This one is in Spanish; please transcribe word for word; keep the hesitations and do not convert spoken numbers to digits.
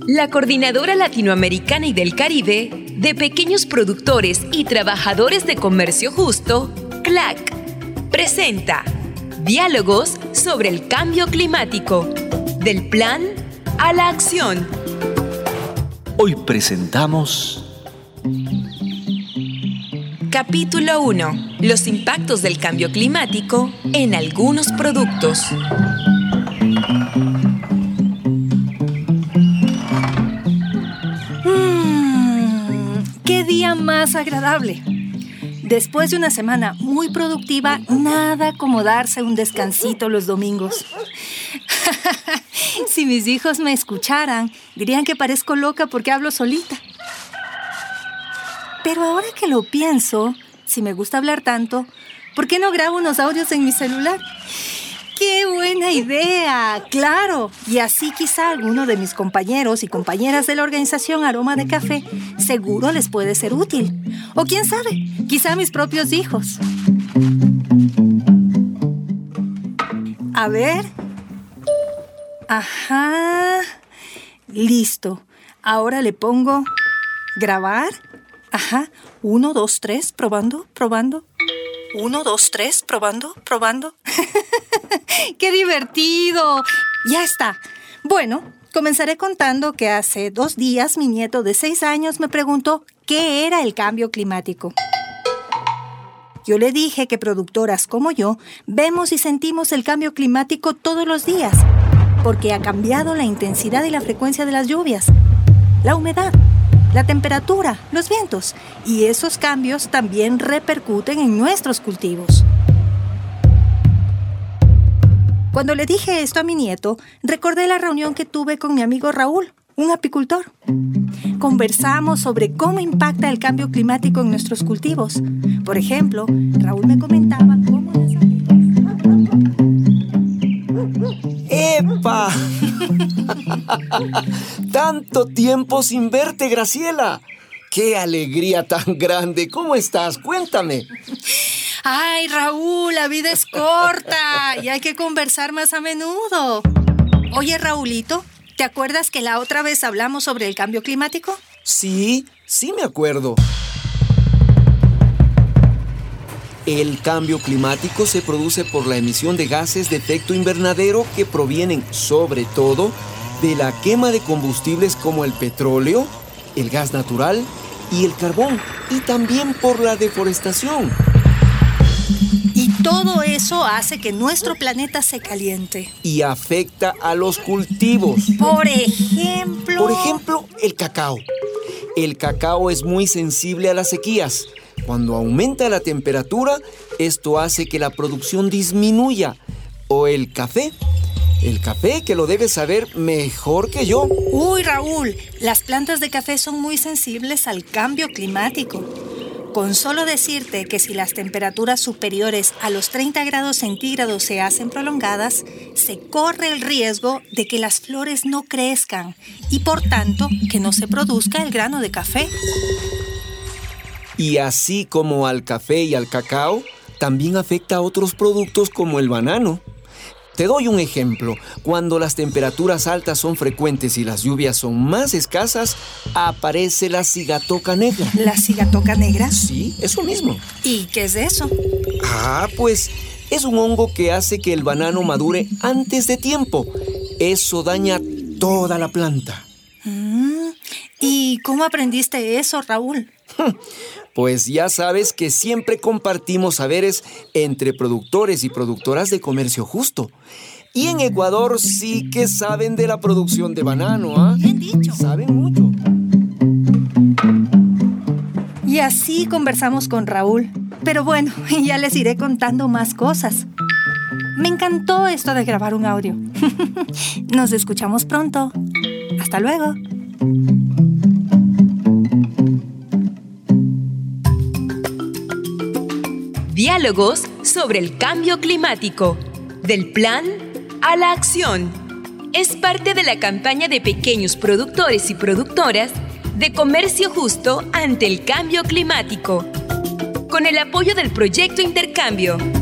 La Coordinadora Latinoamericana y del Caribe de Pequeños Productores y Trabajadores de Comercio Justo, C L A C, presenta Diálogos sobre el Cambio Climático, del plan a la acción. Hoy presentamos... Capítulo uno. Los impactos del cambio climático en algunos productos. Mm, ¡Qué día más agradable! Después de una semana muy productiva, nada como darse un descansito los domingos. Si mis hijos me escucharan, dirían que parezco loca porque hablo solita. Pero ahora que lo pienso, si me gusta hablar tanto, ¿por qué no grabo unos audios en mi celular? ¡Qué buena idea! ¡Claro! Y así quizá alguno de mis compañeros y compañeras de la organización Aroma de Café seguro les puede ser útil. O quién sabe, quizá mis propios hijos. A ver. Ajá. Listo. Ahora le pongo grabar. Ajá. Uno, dos, tres, probando, probando. Uno, dos, tres, probando, probando. ¡Qué divertido! Ya está. Bueno, comenzaré contando que hace dos días mi nieto de seis años me preguntó qué era el cambio climático. Yo le dije que productoras como yo vemos y sentimos el cambio climático todos los días, porque ha cambiado la intensidad y la frecuencia de las lluvias, la humedad, la temperatura, los vientos, y esos cambios también repercuten en nuestros cultivos. Cuando le dije esto a mi nieto, recordé la reunión que tuve con mi amigo Raúl, un apicultor. Conversamos sobre cómo impacta el cambio climático en nuestros cultivos. Por ejemplo, Raúl me comentaba cómo las abejas... ¡Epa! ¡Tanto tiempo sin verte, Graciela! ¡Qué alegría tan grande! ¿Cómo estás? Cuéntame. ¡Ay, Raúl! La vida es corta y hay que conversar más a menudo. Oye, Raúlito, ¿te acuerdas que la otra vez hablamos sobre el cambio climático? Sí, sí me acuerdo. El cambio climático se produce por la emisión de gases de efecto invernadero que provienen, sobre todo, de la quema de combustibles como el petróleo, el gas natural y el carbón, y también por la deforestación. Y todo eso hace que nuestro planeta se caliente. Y afecta a los cultivos. Por ejemplo... Por ejemplo, el cacao. El cacao es muy sensible a las sequías. Cuando aumenta la temperatura, esto hace que la producción disminuya. O el café. El café, que lo debes saber mejor que yo. Uy, Raúl, las plantas de café son muy sensibles al cambio climático. Con solo decirte que si las temperaturas superiores a los treinta grados centígrados se hacen prolongadas, se corre el riesgo de que las flores no crezcan y, por tanto, que no se produzca el grano de café. Y así como al café y al cacao, también afecta a otros productos como el banano. Te doy un ejemplo. Cuando las temperaturas altas son frecuentes y las lluvias son más escasas, aparece la cigatoca negra. ¿La cigatoca negra? Sí, eso mismo. ¿Y qué es eso? Ah, pues es un hongo que hace que el banano madure antes de tiempo. Eso daña toda la planta. Mm, ¿y cómo aprendiste eso, Raúl? Pues ya sabes que siempre compartimos saberes entre productores y productoras de comercio justo. Y en Ecuador sí que saben de la producción de banano, ¿ah? ¿eh? Bien dicho. Saben mucho. Y así conversamos con Raúl. Pero bueno, ya les iré contando más cosas. Me encantó esto de grabar un audio. Nos escuchamos pronto. Hasta luego. Diálogos sobre el cambio climático, del plan a la acción. Es parte de la campaña de pequeños productores y productoras de comercio justo ante el cambio climático, con el apoyo del Proyecto Intercambio.